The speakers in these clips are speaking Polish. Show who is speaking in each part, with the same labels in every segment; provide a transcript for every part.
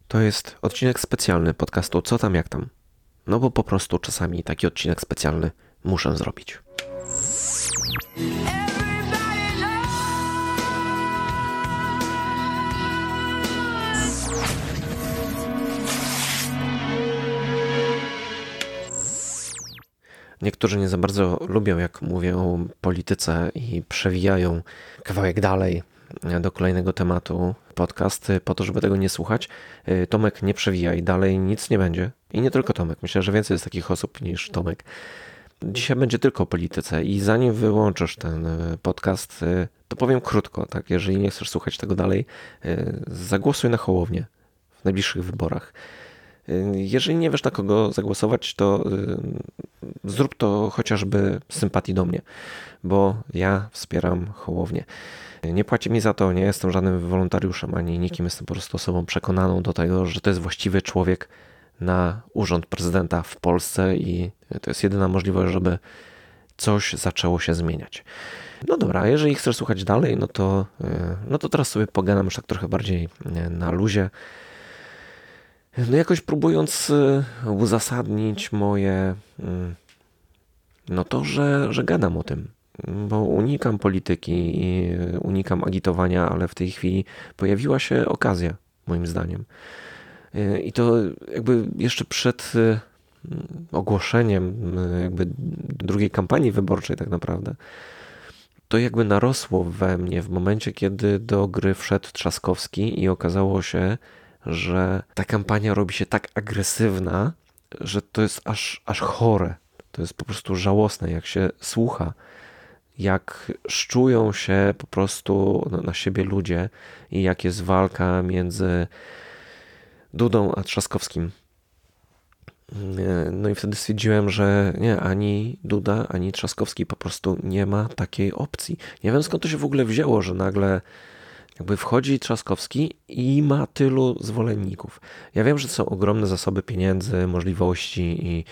Speaker 1: To jest odcinek specjalny podcastu Co tam jak tam. No bo po prostu czasami taki odcinek specjalny muszę zrobić. Niektórzy nie za bardzo lubią, jak mówię o polityce i przewijają kawałek dalej do kolejnego tematu podcast po to, żeby tego nie słuchać. Tomek, nie przewijaj, dalej nic nie będzie. I nie tylko Tomek, myślę, że więcej jest takich osób niż Tomek. Dzisiaj będzie tylko o polityce i zanim wyłączysz ten podcast, to powiem krótko, tak, jeżeli nie chcesz słuchać tego dalej, zagłosuj na Hołownię w najbliższych wyborach. Jeżeli nie wiesz, na kogo zagłosować, to zrób to chociażby z sympatii do mnie, bo ja wspieram Hołownię. Nie płaci mi za to, nie jestem żadnym wolontariuszem ani nikim, jestem po prostu osobą przekonaną do tego, że to jest właściwy człowiek na urząd prezydenta w Polsce i to jest jedyna możliwość, żeby coś zaczęło się zmieniać. No dobra, jeżeli chcesz słuchać dalej, no to teraz sobie pogadam już tak trochę bardziej na luzie. No jakoś próbując uzasadnić moje, no to, że gadam o tym, bo unikam polityki i unikam agitowania, ale w tej chwili pojawiła się okazja, moim zdaniem. I to jakby jeszcze przed ogłoszeniem jakby drugiej kampanii wyborczej tak naprawdę, to jakby narosło we mnie w momencie, kiedy do gry wszedł Trzaskowski i okazało się, że ta kampania robi się tak agresywna, że to jest aż chore. To jest po prostu żałosne, jak się słucha, jak szczują się po prostu na siebie ludzie i jak jest walka między Dudą a Trzaskowskim. No i wtedy stwierdziłem, że nie, ani Duda, ani Trzaskowski po prostu nie ma takiej opcji. Nie wiem, skąd to się w ogóle wzięło, że nagle jakby wchodzi Trzaskowski i ma tylu zwolenników. Ja wiem, że to są ogromne zasoby pieniędzy, możliwości i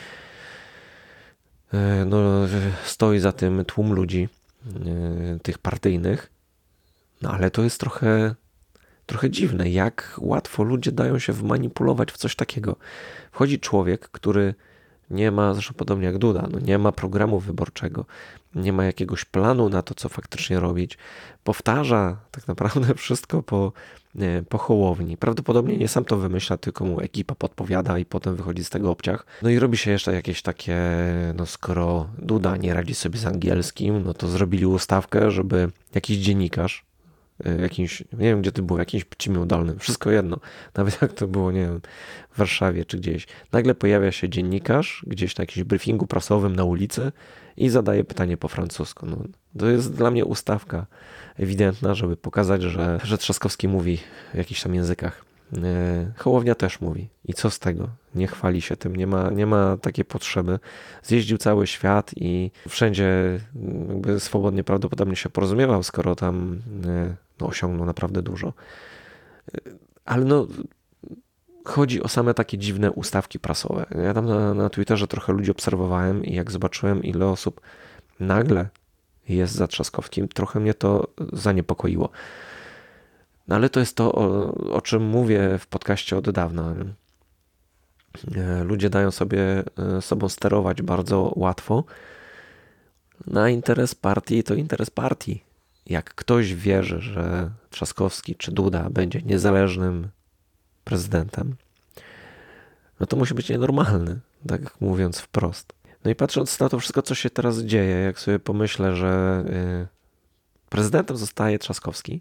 Speaker 1: no, stoi za tym tłum ludzi, tych partyjnych, no ale to jest trochę dziwne, jak łatwo ludzie dają się wmanipulować w coś takiego. Wchodzi człowiek, który nie ma, zresztą podobnie jak Duda, no nie ma programu wyborczego, nie ma jakiegoś planu na to, co faktycznie robić. Powtarza tak naprawdę wszystko po Hołowni. Prawdopodobnie nie sam to wymyśla, tylko mu ekipa podpowiada i potem wychodzi z tego obciach. No i robi się jeszcze jakieś takie, no skoro Duda nie radzi sobie z angielskim, no to zrobili ustawkę, żeby jakiś dziennikarz, jakimś, nie wiem gdzie to było, jakimś Pcimie Dolnym, wszystko jedno, nawet jak to było, nie wiem, w Warszawie czy gdzieś. Nagle pojawia się dziennikarz gdzieś na jakimś briefingu prasowym na ulicy i zadaje pytanie po francusku. No, to jest dla mnie ustawka ewidentna, żeby pokazać, że Trzaskowski mówi w jakichś tam językach. Hołownia też mówi. I co z tego? Nie chwali się tym, nie ma takiej potrzeby. Zjeździł cały świat i wszędzie jakby swobodnie prawdopodobnie się porozumiewał, skoro tam no, osiągnął naprawdę dużo. Ale no chodzi o same takie dziwne ustawki prasowe. Ja tam na Twitterze trochę ludzi obserwowałem i jak zobaczyłem, ile osób nagle jest za Trzaskowskim, trochę mnie to zaniepokoiło. No ale to jest to, o czym mówię w podcaście od dawna. Ludzie dają sobie sobą sterować bardzo łatwo. Na interes partii to interes partii. Jak ktoś wierzy, że Trzaskowski czy Duda będzie niezależnym prezydentem, no to musi być nienormalny, tak mówiąc wprost. No i patrząc na to wszystko, co się teraz dzieje, jak sobie pomyślę, że prezydentem zostaje Trzaskowski,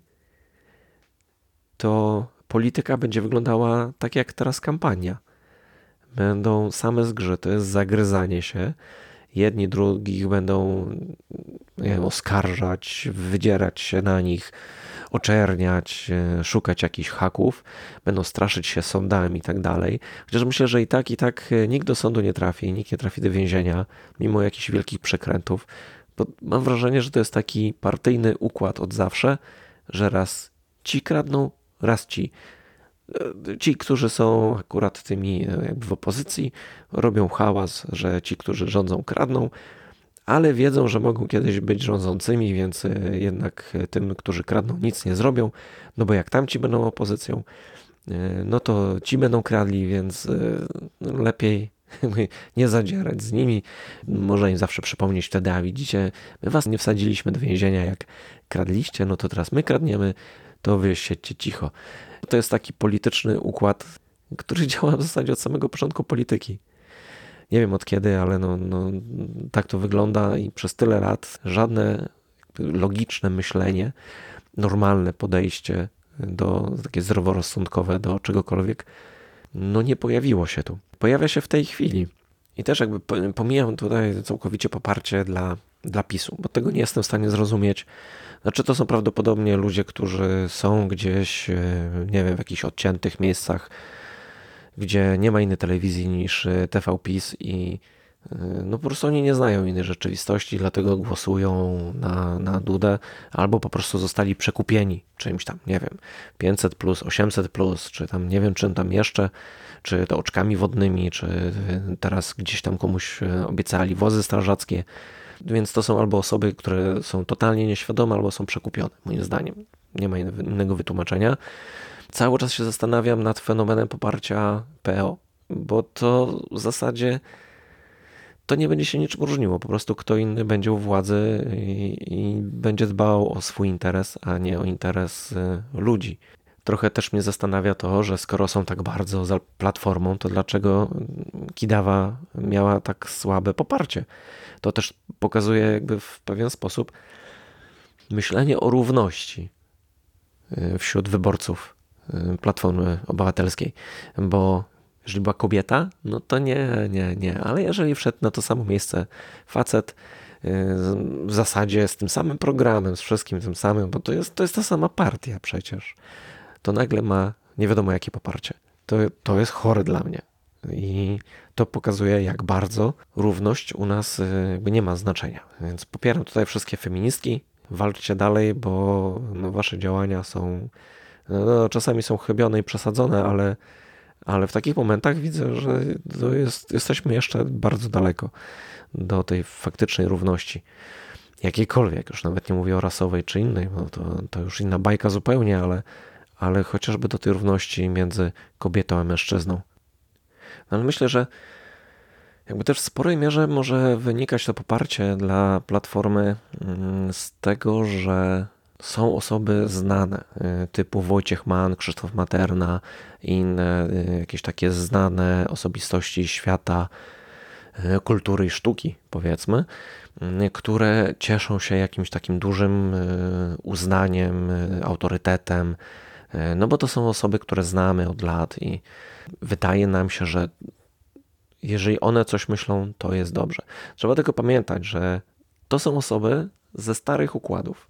Speaker 1: to polityka będzie wyglądała tak jak teraz kampania. Będą same zgrzyty, zagryzanie się. Jedni drugich będą, nie wiem, oskarżać, wydzierać się na nich, oczerniać, szukać jakichś haków. Będą straszyć się sądami i tak dalej. Chociaż myślę, że i tak nikt do sądu nie trafi, nikt nie trafi do więzienia, mimo jakichś wielkich przekrętów. Bo mam wrażenie, że to jest taki partyjny układ od zawsze, że raz ci kradną, raz ci. Ci, którzy są akurat tymi jakby w opozycji, robią hałas, że ci, którzy rządzą, kradną, ale wiedzą, że mogą kiedyś być rządzącymi, więc jednak tym, którzy kradną, nic nie zrobią, no bo jak tamci będą opozycją, no to ci będą kradli, więc lepiej nie zadzierać z nimi. Można im zawsze przypomnieć wtedy, a widzicie, my was nie wsadziliśmy do więzienia, jak kradliście, no to teraz my kradniemy, to wy siedźcie cicho. To jest taki polityczny układ, który działa w zasadzie od samego początku polityki. Nie wiem od kiedy, ale tak to wygląda i przez tyle lat żadne logiczne myślenie, normalne podejście takie zdroworozsądkowe do czegokolwiek, nie pojawiło się tu. Pojawia się w tej chwili. I też jakby pomijam tutaj całkowicie poparcie dla PiS-u, bo tego nie jestem w stanie zrozumieć. Znaczy to są prawdopodobnie ludzie, którzy są gdzieś, nie wiem, w jakichś odciętych miejscach, gdzie nie ma innej telewizji niż TV PiS i po prostu oni nie znają innej rzeczywistości, dlatego głosują na Dudę, albo po prostu zostali przekupieni czymś tam, nie wiem, 500 plus, 800 plus, czy tam nie wiem czym tam jeszcze, czy to oczkami wodnymi, czy teraz gdzieś tam komuś obiecali wozy strażackie, więc to są albo osoby, które są totalnie nieświadome, albo są przekupione, moim zdaniem. Nie ma innego wytłumaczenia. Cały czas się zastanawiam nad fenomenem poparcia PO, bo to w zasadzie to nie będzie się niczym różniło. Po prostu kto inny będzie u władzy i będzie dbał o swój interes, a nie o interes ludzi. Trochę też mnie zastanawia to, że skoro są tak bardzo za Platformą, to dlaczego Kidawa miała tak słabe poparcie? To też pokazuje jakby w pewien sposób myślenie o równości wśród wyborców Platformy Obywatelskiej, bo jeżeli była kobieta, no to nie, ale jeżeli wszedł na to samo miejsce facet, w zasadzie z tym samym programem, z wszystkim tym samym, bo to jest ta sama partia przecież, to nagle ma nie wiadomo jakie poparcie. To jest chore dla mnie i to pokazuje, jak bardzo równość u nas jakby nie ma znaczenia. Więc popieram tutaj wszystkie feministki, walczcie dalej, bo wasze działania są czasami są chybione i przesadzone, ale w takich momentach widzę, że jesteśmy jeszcze bardzo daleko do tej faktycznej równości. Jakiejkolwiek, już nawet nie mówię o rasowej czy innej, bo to już inna bajka zupełnie, ale chociażby do tej równości między kobietą a mężczyzną. No ale myślę, że jakby też w sporej mierze może wynikać to poparcie dla Platformy z tego, że są osoby znane, typu Wojciech Mann, Krzysztof Materna i inne jakieś takie znane osobistości świata kultury i sztuki, powiedzmy, które cieszą się jakimś takim dużym uznaniem, autorytetem, no bo to są osoby, które znamy od lat i wydaje nam się, że jeżeli one coś myślą, to jest dobrze. Trzeba tylko pamiętać, że to są osoby ze starych układów.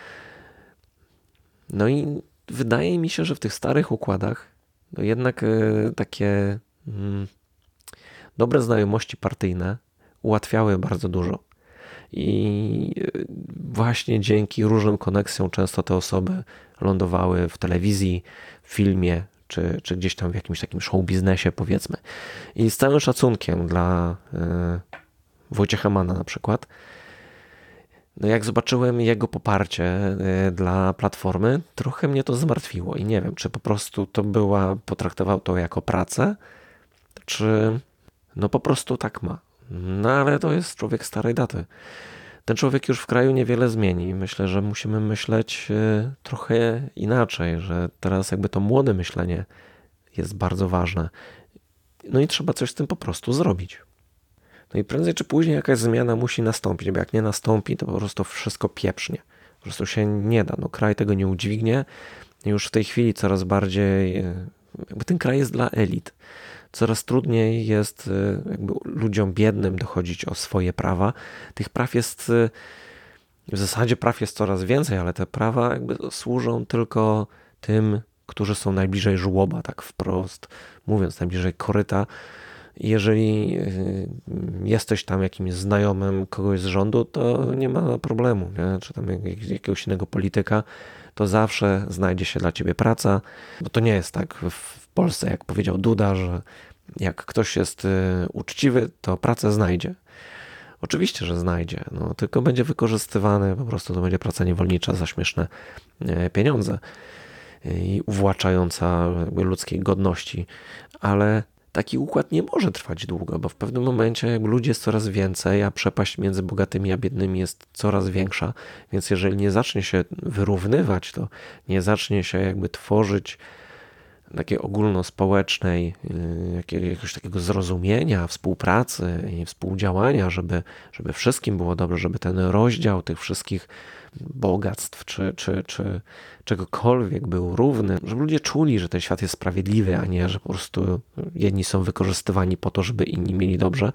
Speaker 1: No i wydaje mi się, że w tych starych układach jednak takie dobre znajomości partyjne ułatwiały bardzo dużo. I właśnie dzięki różnym koneksjom często te osoby lądowały w telewizji, w filmie, czy gdzieś tam w jakimś takim show biznesie, powiedzmy. I z całym szacunkiem dla Wojciecha Manna na przykład, no jak zobaczyłem jego poparcie dla Platformy, trochę mnie to zmartwiło i nie wiem, czy po prostu potraktował to jako pracę, czy po prostu tak ma. No ale to jest człowiek starej daty. Ten człowiek już w kraju niewiele zmieni. Myślę, że musimy myśleć trochę inaczej, że teraz jakby to młode myślenie jest bardzo ważne. No i trzeba coś z tym po prostu zrobić. No i prędzej czy później jakaś zmiana musi nastąpić, bo jak nie nastąpi, to po prostu wszystko pieprznie. Po prostu się nie da. Kraj tego nie udźwignie. Już w tej chwili coraz bardziej jakby ten kraj jest dla elit. Coraz trudniej jest jakby ludziom biednym dochodzić o swoje prawa. Tych praw jest w zasadzie coraz więcej, ale te prawa jakby służą tylko tym, którzy są najbliżej żłoba, tak wprost mówiąc, najbliżej koryta. Jeżeli jesteś tam jakimś znajomym kogoś z rządu, to nie ma problemu, nie? Czy tam jakiegoś innego polityka, to zawsze znajdzie się dla ciebie praca, bo to nie jest tak w Polsce, jak powiedział Duda, że jak ktoś jest uczciwy, to pracę znajdzie. Oczywiście, że znajdzie, tylko będzie wykorzystywany, po prostu to będzie praca niewolnicza za śmieszne pieniądze. i uwłaczająca jakby ludzkiej godności, ale taki układ nie może trwać długo, bo w pewnym momencie jakby ludzi jest coraz więcej, a przepaść między bogatymi a biednymi jest coraz większa, więc jeżeli nie zacznie się wyrównywać, to nie zacznie się jakby tworzyć takiej ogólnospołecznej, jakiegoś takiego zrozumienia, współpracy i współdziałania, żeby wszystkim było dobrze, żeby ten rozdział tych wszystkich bogactw czy czegokolwiek był równy, żeby ludzie czuli, że ten świat jest sprawiedliwy, a nie, że po prostu jedni są wykorzystywani po to, żeby inni mieli dobrze.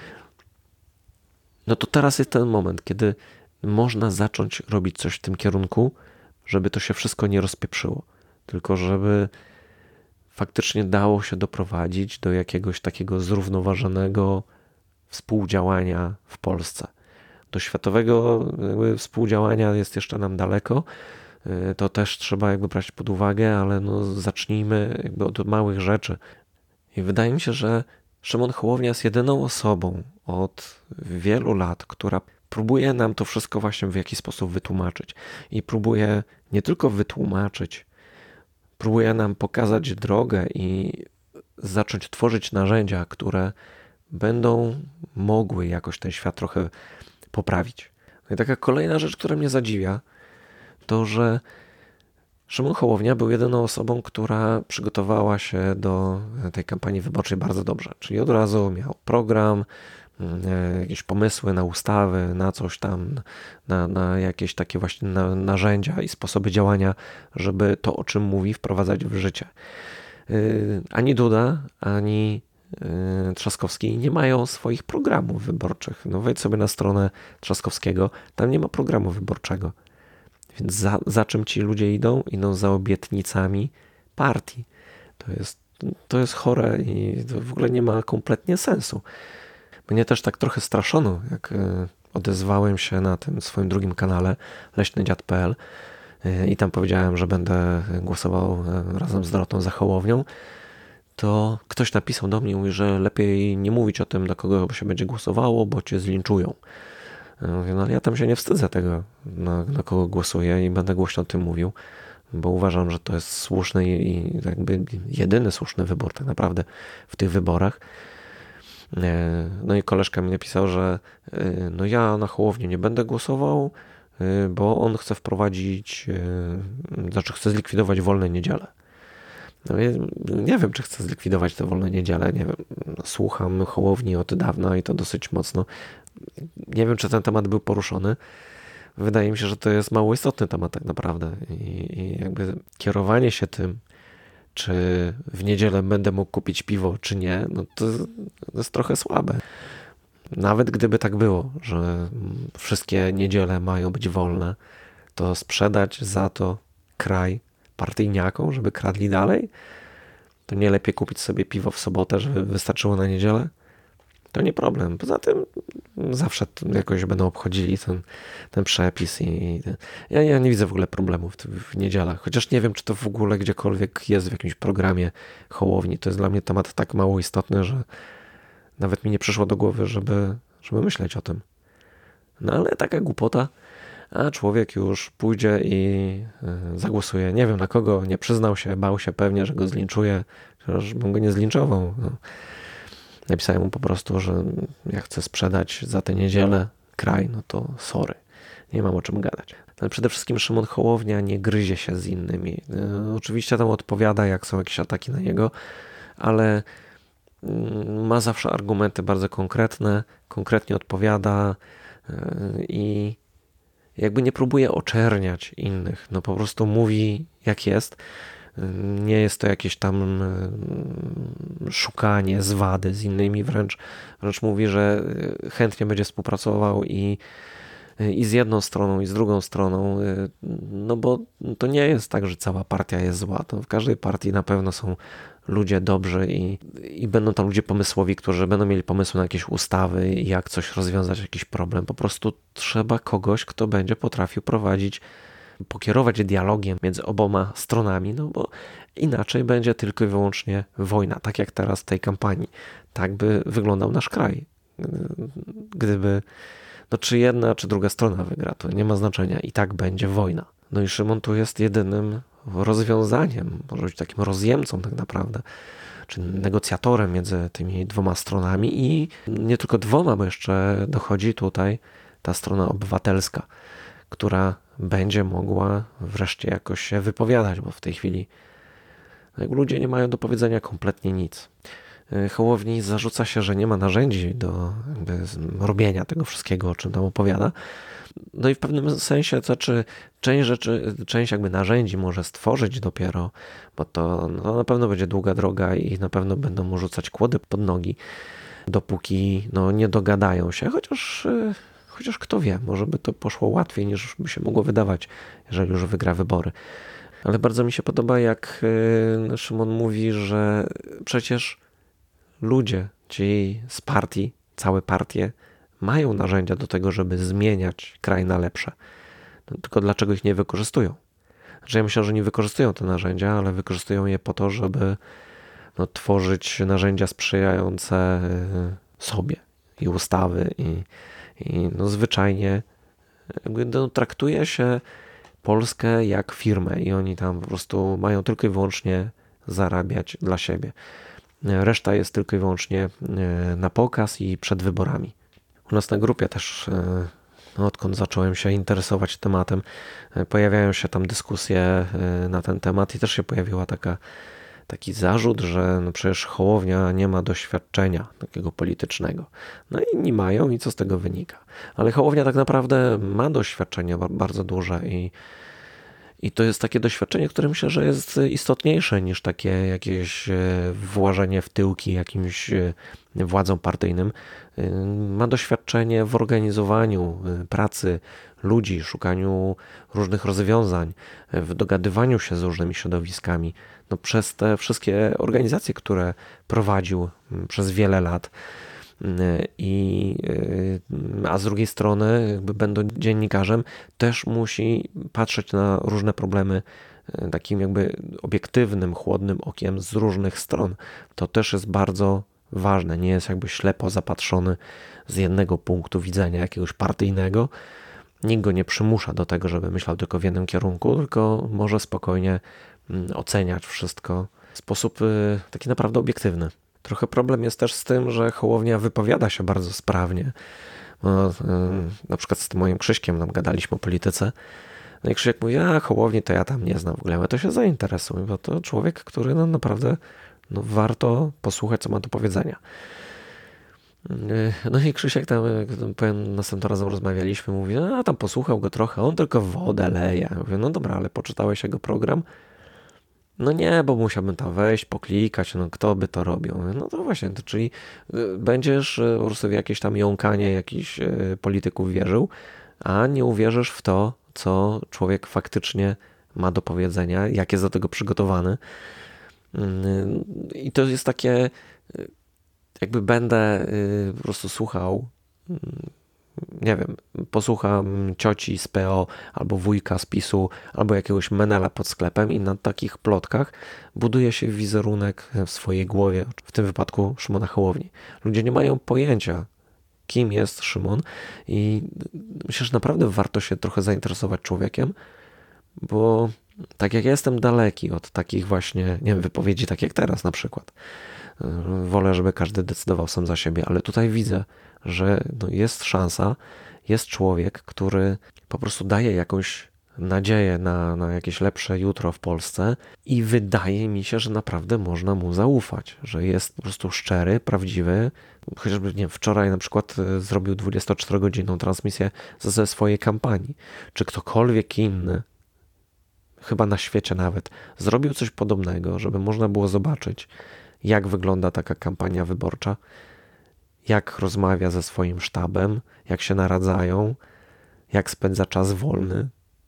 Speaker 1: No to teraz jest ten moment, kiedy można zacząć robić coś w tym kierunku, żeby to się wszystko nie rozpieprzyło, tylko żeby faktycznie dało się doprowadzić do jakiegoś takiego zrównoważonego współdziałania w Polsce. Do światowego jakby współdziałania jest jeszcze nam daleko. To też trzeba jakby brać pod uwagę, ale no zacznijmy jakby od małych rzeczy. I wydaje mi się, że Szymon Hołownia jest jedyną osobą od wielu lat, która próbuje nam to wszystko właśnie w jakiś sposób wytłumaczyć. I próbuje nie tylko wytłumaczyć, próbuje nam pokazać drogę i zacząć tworzyć narzędzia, które będą mogły jakoś ten świat trochę poprawić. No i taka kolejna rzecz, która mnie zadziwia, to że Szymon Hołownia był jedyną osobą, która przygotowała się do tej kampanii wyborczej bardzo dobrze. Czyli od razu miał program, jakieś pomysły na ustawy, na coś tam, na jakieś takie właśnie narzędzia i sposoby działania, żeby to, o czym mówi, wprowadzać w życie. Ani Duda, ani Trzaskowski nie mają swoich programów wyborczych. No wejdź sobie na stronę Trzaskowskiego, tam nie ma programu wyborczego. Więc za czym ci ludzie idą? Idą za obietnicami partii. To jest chore i to w ogóle nie ma kompletnie sensu. Mnie też tak trochę straszono, jak odezwałem się na tym swoim drugim kanale leśnydziad.pl i tam powiedziałem, że będę głosował razem z Dorotą za Hołownią, to ktoś napisał do mnie, mówi, że lepiej nie mówić o tym, do kogo się będzie głosowało, bo cię zlinczują. Mówię, no ale ja tam się nie wstydzę tego, na kogo głosuję i będę głośno o tym mówił, bo uważam, że to jest słuszny i jakby jedyny słuszny wybór tak naprawdę w tych wyborach. No i koleżka mi napisał, że no ja na Hołownię nie będę głosował, bo on chce chce zlikwidować wolne niedziele. No ja nie wiem, czy chce zlikwidować te wolne niedziele, nie wiem, słucham Hołowni od dawna i to dosyć mocno. Nie wiem, czy ten temat był poruszony. Wydaje mi się, że to jest mało istotny temat tak naprawdę i jakby kierowanie się tym, czy w niedzielę będę mógł kupić piwo, czy nie, no to jest trochę słabe. Nawet gdyby tak było, że wszystkie niedziele mają być wolne, to sprzedać za to kraj partyjniakom, żeby kradli dalej, to nie lepiej kupić sobie piwo w sobotę, żeby wystarczyło na niedzielę? To nie problem. Poza tym zawsze jakoś będą obchodzili ten przepis ja nie widzę w ogóle problemów w niedzielach. Chociaż nie wiem, czy to w ogóle gdziekolwiek jest w jakimś programie Hołowni. To jest dla mnie temat tak mało istotny, że nawet mi nie przyszło do głowy, żeby myśleć o tym. No ale taka głupota, a człowiek już pójdzie i zagłosuje. Nie wiem na kogo, nie przyznał się, bał się pewnie, że go zlinczuje. Chociaż bym go nie zlinczował. No. Napisałem mu po prostu, że ja chcę sprzedać za tę niedzielę kraj, no to sorry, nie mam o czym gadać. Ale przede wszystkim Szymon Hołownia nie gryzie się z innymi. Oczywiście tam odpowiada, jak są jakieś ataki na niego, ale ma zawsze argumenty bardzo konkretne, konkretnie odpowiada i jakby nie próbuje oczerniać innych. No po prostu mówi jak jest. Nie jest to jakieś tam szukanie zwady z innymi, wręcz mówi, że chętnie będzie współpracował i z jedną stroną, i z drugą stroną, no bo to nie jest tak, że cała partia jest zła. To w każdej partii na pewno są ludzie dobrzy i będą tam ludzie pomysłowi, którzy będą mieli pomysły na jakieś ustawy, jak coś rozwiązać, jakiś problem. Po prostu trzeba kogoś, kto będzie potrafił pokierować dialogiem między oboma stronami, no bo inaczej będzie tylko i wyłącznie wojna, tak jak teraz w tej kampanii. Tak by wyglądał nasz kraj. Gdyby, no czy jedna, czy druga strona wygra, to nie ma znaczenia. I tak będzie wojna. No i Szymon tu jest jedynym rozwiązaniem, może być takim rozjemcą tak naprawdę, czy negocjatorem między tymi dwoma stronami i nie tylko dwoma, bo jeszcze dochodzi tutaj ta strona obywatelska, która będzie mogła wreszcie jakoś się wypowiadać, bo w tej chwili ludzie nie mają do powiedzenia kompletnie nic. Hołowni zarzuca się, że nie ma narzędzi do robienia tego wszystkiego, o czym tam opowiada. No i w pewnym sensie, to znaczy część jakby narzędzi może stworzyć dopiero, bo to na pewno będzie długa droga i na pewno będą mu rzucać kłody pod nogi, dopóki nie dogadają się, chociaż kto wie, może by to poszło łatwiej niż by się mogło wydawać, jeżeli już wygra wybory. Ale bardzo mi się podoba, jak Szymon mówi, że przecież ludzie, ci z partii, całe partie, mają narzędzia do tego, żeby zmieniać kraj na lepsze. Tylko dlaczego ich nie wykorzystują? Że ja myślę, że nie wykorzystują te narzędzia, ale wykorzystują je po to, żeby tworzyć narzędzia sprzyjające sobie i ustawy i zwyczajnie traktuje się Polskę jak firmę i oni tam po prostu mają tylko i wyłącznie zarabiać dla siebie. Reszta jest tylko i wyłącznie na pokaz i przed wyborami. U nas na grupie też, odkąd zacząłem się interesować tematem, pojawiają się tam dyskusje na ten temat i też się pojawiła taki zarzut, że przecież Hołownia nie ma doświadczenia takiego politycznego. No i inni mają i co z tego wynika. Ale Hołownia tak naprawdę ma doświadczenie bardzo duże i to jest takie doświadczenie, które myślę, że jest istotniejsze niż takie jakieś włażenie w tyłki jakimś władzom partyjnym. Ma doświadczenie w organizowaniu pracy ludzi, szukaniu różnych rozwiązań, w dogadywaniu się z różnymi środowiskami. Przez te wszystkie organizacje, które prowadził przez wiele lat. A z drugiej strony, będąc dziennikarzem, też musi patrzeć na różne problemy takim jakby obiektywnym, chłodnym okiem z różnych stron. To też jest bardzo ważne. Nie jest jakby ślepo zapatrzony z jednego punktu widzenia jakiegoś partyjnego. Nikt go nie przymusza do tego, żeby myślał tylko w jednym kierunku, tylko może spokojnie oceniać wszystko w sposób taki naprawdę obiektywny. Trochę problem jest też z tym, że Hołownia wypowiada się bardzo sprawnie. Na przykład z tym moim Krzyśkiem nam gadaliśmy o polityce. No i Krzysiek mówi, Hołowni to ja tam nie znam w ogóle, ale to się zainteresuj, bo to człowiek, który naprawdę warto posłuchać, co ma do powiedzenia. No i Krzysiek tam, powiem, następnym razem rozmawialiśmy, mówi, tam posłuchał go trochę, on tylko wodę leje. Ja mówię, no dobra, ale poczytałeś jego program? No nie, bo musiałbym tam wejść, poklikać, kto by to robił? No to właśnie, czyli będziesz po prostu w jakieś tam jąkanie jakichś polityków wierzył, a nie uwierzysz w to, co człowiek faktycznie ma do powiedzenia, jak jest do tego przygotowany. I to jest takie, jakby będę po prostu słuchał, nie wiem, posłucham cioci z PO, albo wujka z PiS-u, albo jakiegoś menela pod sklepem i na takich plotkach buduje się wizerunek w swojej głowie, w tym wypadku Szymona Hołowni. Ludzie nie mają pojęcia, kim jest Szymon i myślę, że naprawdę warto się trochę zainteresować człowiekiem, bo tak jak ja jestem daleki od takich właśnie, nie wiem, wypowiedzi, tak jak teraz na przykład. Wolę, żeby każdy decydował sam za siebie, ale tutaj widzę, że jest szansa, jest człowiek, który po prostu daje jakąś nadzieję na jakieś lepsze jutro w Polsce i wydaje mi się, że naprawdę można mu zaufać, że jest po prostu szczery, prawdziwy. Chociażby nie wiem, wczoraj na przykład zrobił 24-godzinną transmisję ze swojej kampanii. Czy ktokolwiek inny, chyba na świecie nawet, zrobił coś podobnego, żeby można było zobaczyć, jak wygląda taka kampania wyborcza, jak rozmawia ze swoim sztabem, jak się naradzają, jak spędza czas wolny.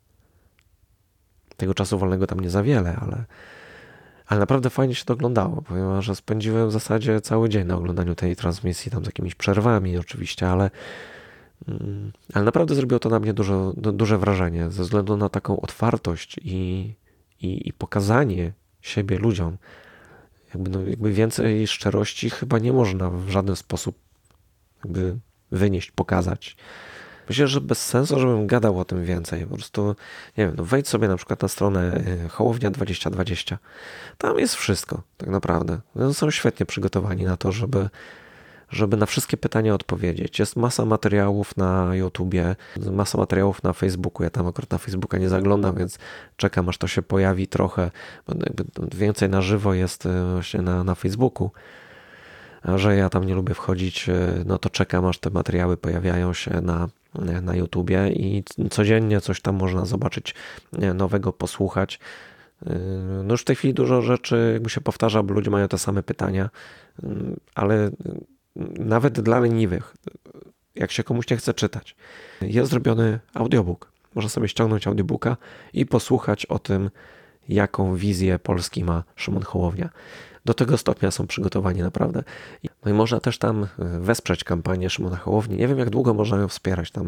Speaker 1: Tego czasu wolnego tam nie za wiele, ale naprawdę fajnie się to oglądało, ponieważ spędziłem w zasadzie cały dzień na oglądaniu tej transmisji, tam z jakimiś przerwami oczywiście, ale naprawdę zrobiło to na mnie duże wrażenie, ze względu na taką otwartość i pokazanie siebie ludziom. Jakby więcej szczerości chyba nie można w żaden sposób wynieść, pokazać. Myślę, że bez sensu, żebym gadał o tym więcej. Po prostu, nie wiem, no wejdź sobie na przykład na stronę Hołownia 2020. Tam jest wszystko, tak naprawdę. No, są świetnie przygotowani na to, żeby na wszystkie pytania odpowiedzieć. Jest masa materiałów na YouTubie, masa materiałów na Facebooku. Ja tam akurat na Facebooka nie zaglądam, więc czekam, aż to się pojawi trochę. Bo jakby więcej na żywo jest właśnie na Facebooku. A że ja tam nie lubię wchodzić, no to czekam, aż te materiały pojawiają się na YouTubie i codziennie coś tam można zobaczyć nowego, posłuchać. No już w tej chwili dużo rzeczy jakby się powtarza, bo ludzie mają te same pytania, ale nawet dla leniwych, jak się komuś nie chce czytać, jest zrobiony audiobook. Można sobie ściągnąć audiobooka i posłuchać o tym, jaką wizję Polski ma Szymon Hołownia. Do tego stopnia są przygotowani naprawdę. No i można też tam wesprzeć kampanię Szymona Hołowni. Nie wiem, jak długo można ją wspierać tam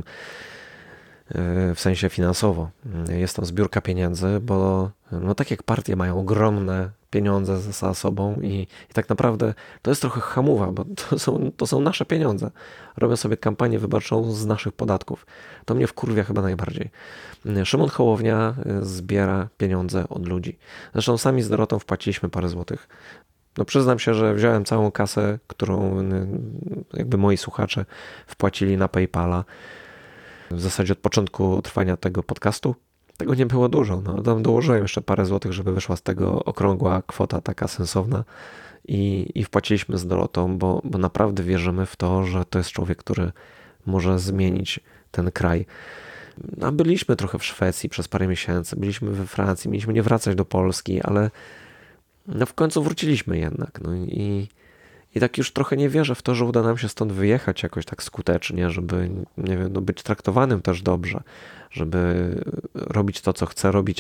Speaker 1: w sensie finansowo. Jest tam zbiórka pieniędzy, bo no tak jak partie mają ogromne pieniądze za sobą i tak naprawdę to jest trochę hamuwa, bo to są nasze pieniądze. Robią sobie kampanię wyborczą z naszych podatków. To mnie wkurwia chyba najbardziej. Szymon Hołownia zbiera pieniądze od ludzi. Zresztą sami z Dorotą wpłaciliśmy parę złotych. No przyznam się, że wziąłem całą kasę, którą jakby moi słuchacze wpłacili na PayPala. W zasadzie od początku trwania tego podcastu. Tego nie było dużo. No, tam dołożyłem jeszcze parę złotych, żeby wyszła z tego okrągła kwota taka sensowna i wpłaciliśmy z Dorotą, bo naprawdę wierzymy w to, że to jest człowiek, który może zmienić ten kraj. A byliśmy trochę w Szwecji przez parę miesięcy, byliśmy we Francji, mieliśmy nie wracać do Polski, ale no w końcu wróciliśmy jednak. No i tak już trochę nie wierzę w to, że uda nam się stąd wyjechać jakoś tak skutecznie, żeby, nie wiem, no być traktowanym też dobrze, żeby robić to, co chcę robić,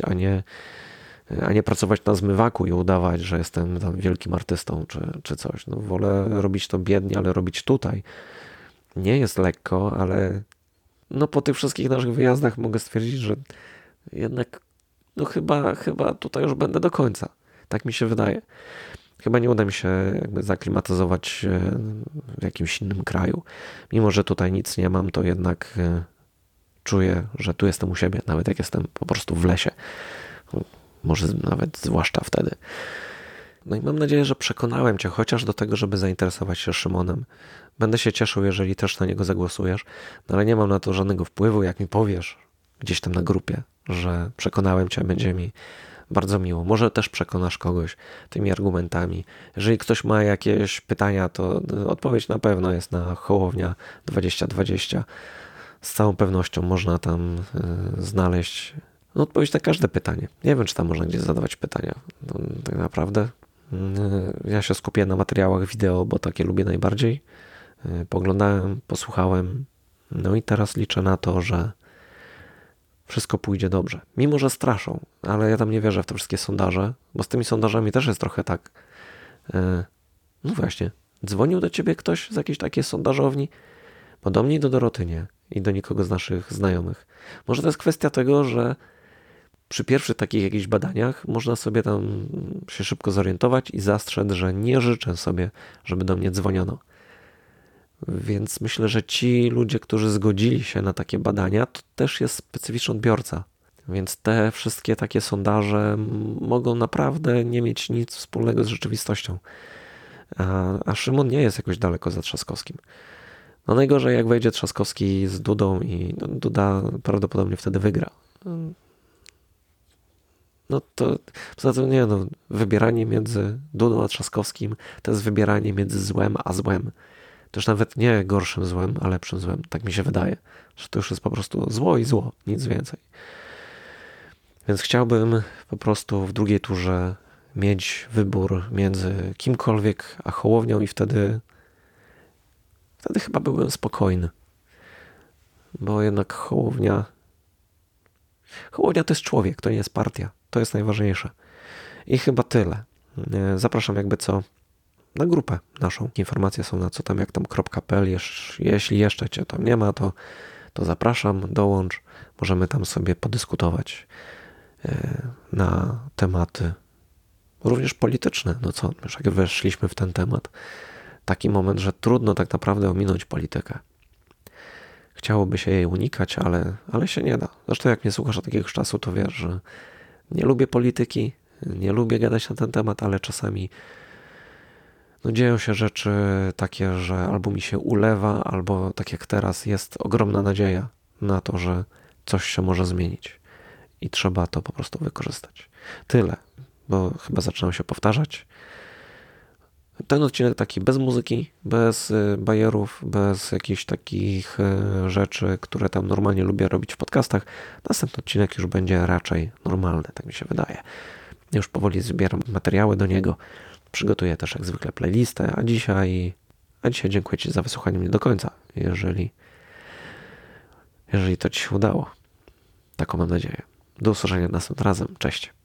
Speaker 1: a nie pracować na zmywaku i udawać, że jestem tam wielkim artystą czy coś. No wolę robić to biednie, ale robić tutaj. Nie jest lekko, ale no po tych wszystkich naszych wyjazdach mogę stwierdzić, że jednak no chyba tutaj już będę do końca. Tak mi się wydaje. Chyba nie uda mi się jakby zaklimatyzować w jakimś innym kraju. Mimo że tutaj nic nie mam, to jednak czuję, że tu jestem u siebie, nawet jak jestem po prostu w lesie. Może nawet zwłaszcza wtedy. No i mam nadzieję, że przekonałem Cię chociaż do tego, żeby zainteresować się Szymonem. Będę się cieszył, jeżeli też na niego zagłosujesz, no ale nie mam na to żadnego wpływu. Jak mi powiesz gdzieś tam na grupie, że przekonałem Cię, będzie mi bardzo miło. Może też przekonasz kogoś tymi argumentami. Jeżeli ktoś ma jakieś pytania, to odpowiedź na pewno jest na Hołownia 2020. Z całą pewnością można tam znaleźć odpowiedź na każde pytanie. Nie wiem, czy tam można gdzieś zadawać pytania. No, tak naprawdę ja się skupię na materiałach wideo, bo takie lubię najbardziej. Poglądałem, posłuchałem. No i teraz liczę na to, że wszystko pójdzie dobrze. Mimo że straszą, ale ja tam nie wierzę w te wszystkie sondaże, bo z tymi sondażami też jest trochę tak. No właśnie, dzwonił do ciebie ktoś z jakiejś takiej sondażowni? Bo do mnie i do Doroty nie. I do nikogo z naszych znajomych. Może to jest kwestia tego, że przy pierwszych takich jakichś badaniach można sobie tam się szybko zorientować i zastrzec, że nie życzę sobie, żeby do mnie dzwoniono. Więc myślę, że ci ludzie, którzy zgodzili się na takie badania, to też jest specyficzny odbiorca. Więc te wszystkie takie sondaże mogą naprawdę nie mieć nic wspólnego z rzeczywistością. A Szymon nie jest jakoś daleko za Trzaskowskim. No najgorzej, jak wejdzie Trzaskowski z Dudą i no, Duda prawdopodobnie wtedy wygra. No to poza tym nie, no, wybieranie między Dudą a Trzaskowskim to jest wybieranie między złem a złem. To już nawet nie gorszym złem, a lepszym złem. Tak mi się wydaje, że to już jest po prostu zło i zło, nic więcej. Więc chciałbym po prostu w drugiej turze mieć wybór między kimkolwiek a Hołownią i wtedy chyba byłbym spokojny. Bo jednak Hołownia to jest człowiek, to nie jest partia. To jest najważniejsze. I chyba tyle. Zapraszam jakby co na grupę naszą. Informacje są na cotamjaktam.pl. Jeśli jeszcze Cię tam nie ma, to zapraszam, dołącz. Możemy tam sobie podyskutować na tematy również polityczne. No co, już jak weszliśmy w ten temat, taki moment, że trudno tak naprawdę ominąć politykę. Chciałoby się jej unikać, ale się nie da. Zresztą jak mnie słuchasz od jakiegoś czasu, to wiesz, że nie lubię polityki, nie lubię gadać na ten temat, ale czasami dzieją się rzeczy takie, że albo mi się ulewa, albo tak jak teraz jest ogromna nadzieja na to, że coś się może zmienić i trzeba to po prostu wykorzystać. Tyle, bo chyba zaczynam się powtarzać. Ten odcinek taki bez muzyki, bez bajerów, bez jakichś takich rzeczy, które tam normalnie lubię robić w podcastach. Następny odcinek już będzie raczej normalny, tak mi się wydaje. Już powoli zbieram materiały do niego. Przygotuję też jak zwykle playlistę, a dzisiaj dziękuję Ci za wysłuchanie mnie do końca, jeżeli to Ci się udało. Taką mam nadzieję. Do usłyszenia następnym razem. Cześć.